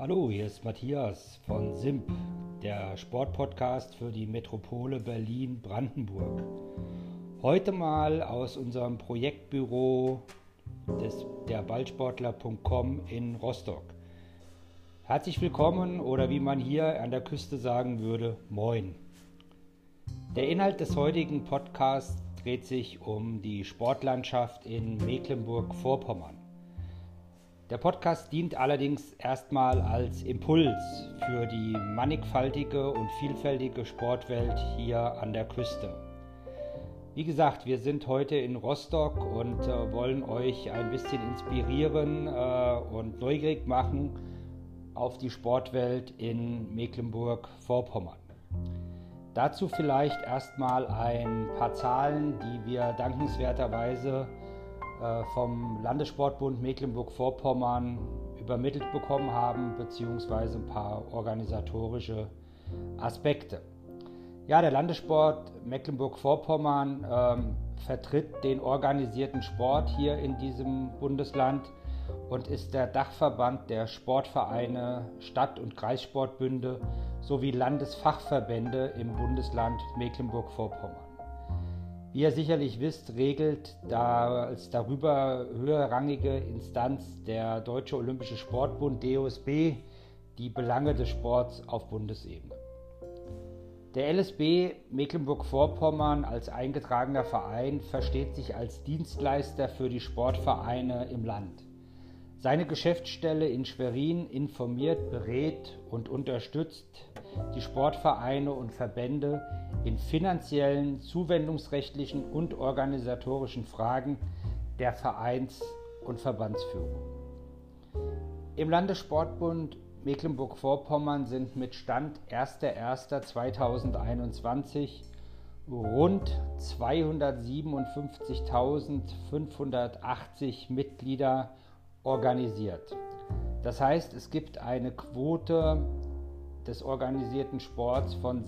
Hallo, hier ist Matthias von SIMP, der Sportpodcast für die Metropole Berlin-Brandenburg. Heute mal aus unserem Projektbüro der Ballsportler.com in Rostock. Herzlich willkommen oder wie man hier an der Küste sagen würde, moin. Der Inhalt des heutigen Podcasts dreht sich um die Sportlandschaft in Mecklenburg-Vorpommern. Der Podcast dient allerdings erstmal als Impuls für die mannigfaltige und vielfältige Sportwelt hier an der Küste. Wie gesagt, wir sind heute in Rostock und wollen euch ein bisschen inspirieren und neugierig machen auf die Sportwelt in Mecklenburg-Vorpommern. Dazu vielleicht erstmal ein paar Zahlen, die wir dankenswerterweise vom Landessportbund Mecklenburg-Vorpommern übermittelt bekommen haben, beziehungsweise ein paar organisatorische Aspekte. Ja, der Landessport Mecklenburg-Vorpommern vertritt den organisierten Sport hier in diesem Bundesland und ist der Dachverband der Sportvereine, Stadt- und Kreissportbünde sowie Landesfachverbände im Bundesland Mecklenburg-Vorpommern. Wie ihr sicherlich wisst, regelt als darüber höherrangige Instanz der Deutsche Olympische Sportbund DOSB die Belange des Sports auf Bundesebene. Der LSB Mecklenburg-Vorpommern als eingetragener Verein versteht sich als Dienstleister für die Sportvereine im Land. Seine Geschäftsstelle in Schwerin informiert, berät und unterstützt die Sportvereine und Verbände in finanziellen, zuwendungsrechtlichen und organisatorischen Fragen der Vereins- und Verbandsführung. Im Landessportbund Mecklenburg-Vorpommern sind mit Stand 1.1.2021 rund 257.580 Mitglieder organisiert. Das heißt, es gibt eine Quote des organisierten Sports von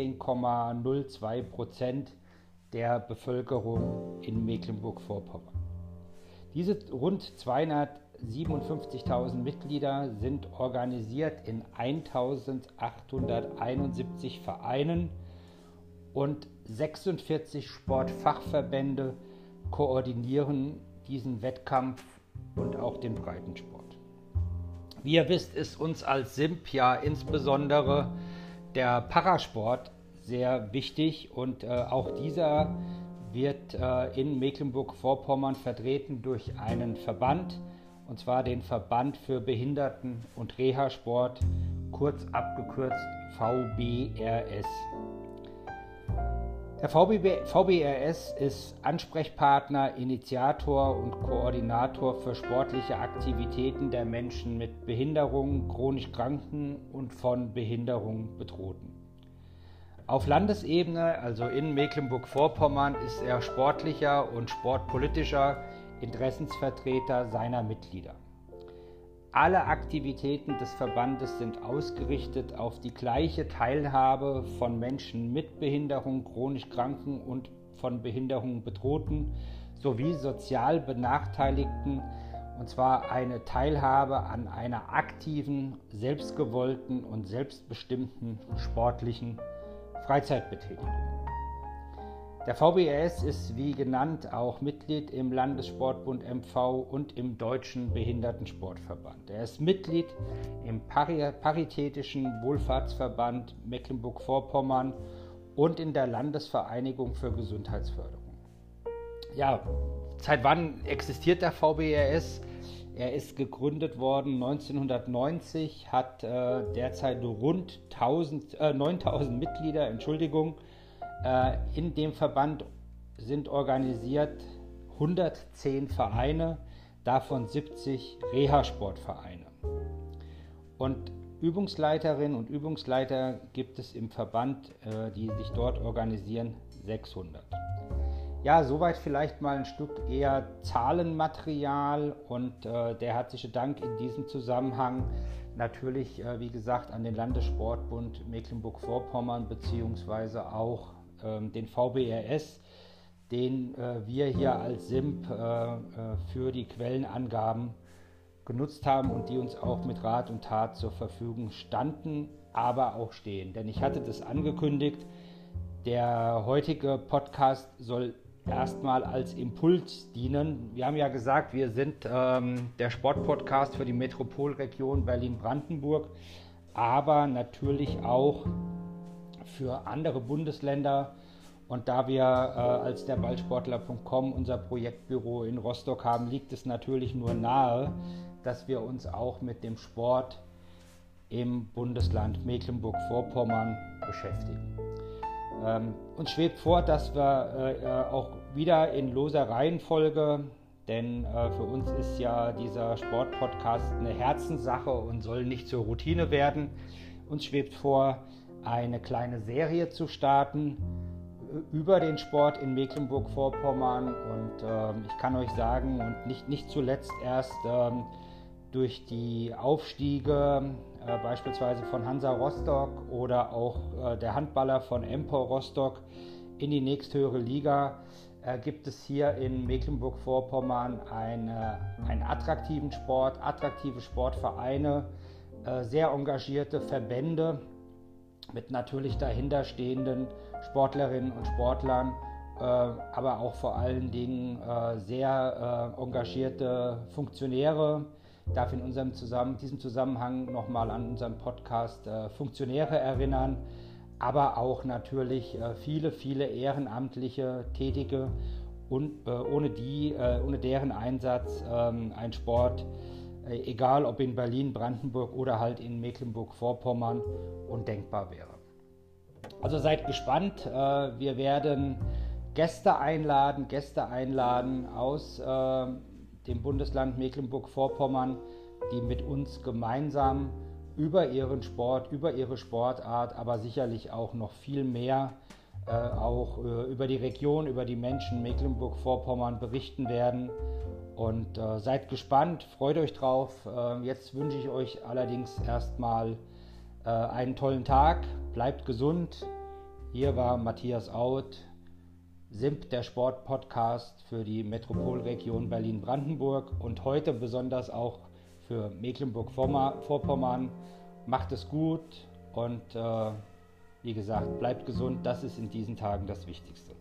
16,02% der Bevölkerung in Mecklenburg-Vorpommern. Diese rund 257.000 Mitglieder sind organisiert in 1.871 Vereinen und 46 Sportfachverbände koordinieren diesen Wettkampf und auch den Breitensport. Wie ihr wisst, ist uns als SIMP ja insbesondere der Parasport sehr wichtig und auch dieser wird in Mecklenburg-Vorpommern vertreten durch einen Verband, und zwar den Verband für Behinderten- und Reha-Sport, kurz abgekürzt VBRS. Der VBRS ist Ansprechpartner, Initiator und Koordinator für sportliche Aktivitäten der Menschen mit Behinderung, chronisch Kranken und von Behinderung Bedrohten. Auf Landesebene, also in Mecklenburg-Vorpommern, ist er sportlicher und sportpolitischer Interessensvertreter seiner Mitglieder. Alle Aktivitäten des Verbandes sind ausgerichtet auf die gleiche Teilhabe von Menschen mit Behinderung, chronisch Kranken und von Behinderung Bedrohten sowie sozial Benachteiligten, und zwar eine Teilhabe an einer aktiven, selbstgewollten und selbstbestimmten sportlichen Freizeitbetätigung. Der VBRS ist wie genannt auch Mitglied im Landessportbund MV und im Deutschen Behindertensportverband. Er ist Mitglied im Paritätischen Wohlfahrtsverband Mecklenburg-Vorpommern und in der Landesvereinigung für Gesundheitsförderung. Ja, seit wann existiert der VBRS? Er ist gegründet worden 1990, hat derzeit rund 9.000 Mitglieder, In dem Verband sind organisiert 110 Vereine, davon 70 Reha-Sportvereine. Und Übungsleiterinnen und Übungsleiter gibt es im Verband, die sich dort organisieren, 600. Ja, soweit vielleicht mal ein Stück eher Zahlenmaterial und der herzliche Dank in diesem Zusammenhang natürlich, wie gesagt, an den Landessportbund Mecklenburg-Vorpommern beziehungsweise auch den VBRS, den wir hier als SIMP für die Quellenangaben genutzt haben und die uns auch mit Rat und Tat zur Verfügung standen, aber auch stehen. Denn ich hatte das angekündigt, der heutige Podcast soll erstmal als Impuls dienen. Wir haben ja gesagt, wir sind der Sportpodcast für die Metropolregion Berlin-Brandenburg, aber natürlich auch für andere Bundesländer. Und da wir als der Ballsportler.com unser Projektbüro in Rostock haben, liegt es natürlich nur nahe, dass wir uns auch mit dem Sport im Bundesland Mecklenburg-Vorpommern beschäftigen. Uns schwebt vor, dass wir auch wieder in loser Reihenfolge, denn für uns ist ja dieser Sportpodcast eine Herzenssache und soll nicht zur Routine werden. Uns schwebt vor, eine kleine Serie zu starten über den Sport in Mecklenburg-Vorpommern und ich kann euch sagen, und nicht zuletzt erst durch die Aufstiege beispielsweise von Hansa Rostock oder auch der Handballer von Empor Rostock in die nächsthöhere Liga gibt es hier in Mecklenburg-Vorpommern einen attraktiven Sport, attraktive Sportvereine, sehr engagierte Verbände mit natürlich dahinterstehenden Sportlerinnen und Sportlern, aber auch vor allen Dingen sehr engagierte Funktionäre. Ich darf in diesem Zusammenhang nochmal an unseren Podcast Funktionäre erinnern, aber auch natürlich viele ehrenamtliche Tätige und ohne deren Einsatz ein Sport, egal ob in Berlin, Brandenburg oder halt in Mecklenburg-Vorpommern, undenkbar wäre. Also seid gespannt, wir werden Gäste einladen aus dem Bundesland Mecklenburg-Vorpommern, die mit uns gemeinsam über ihren Sport, über ihre Sportart, aber sicherlich auch noch viel mehr auch über die Region, über die Menschen Mecklenburg-Vorpommern berichten werden. Und seid gespannt, freut euch drauf. Jetzt wünsche ich euch allerdings erstmal einen tollen Tag, bleibt gesund. Hier war Matthias Auth, SIMP, der Sportpodcast für die Metropolregion Berlin-Brandenburg und heute besonders auch für Mecklenburg-Vorpommern. Macht es gut und wie gesagt, bleibt gesund, das ist in diesen Tagen das Wichtigste.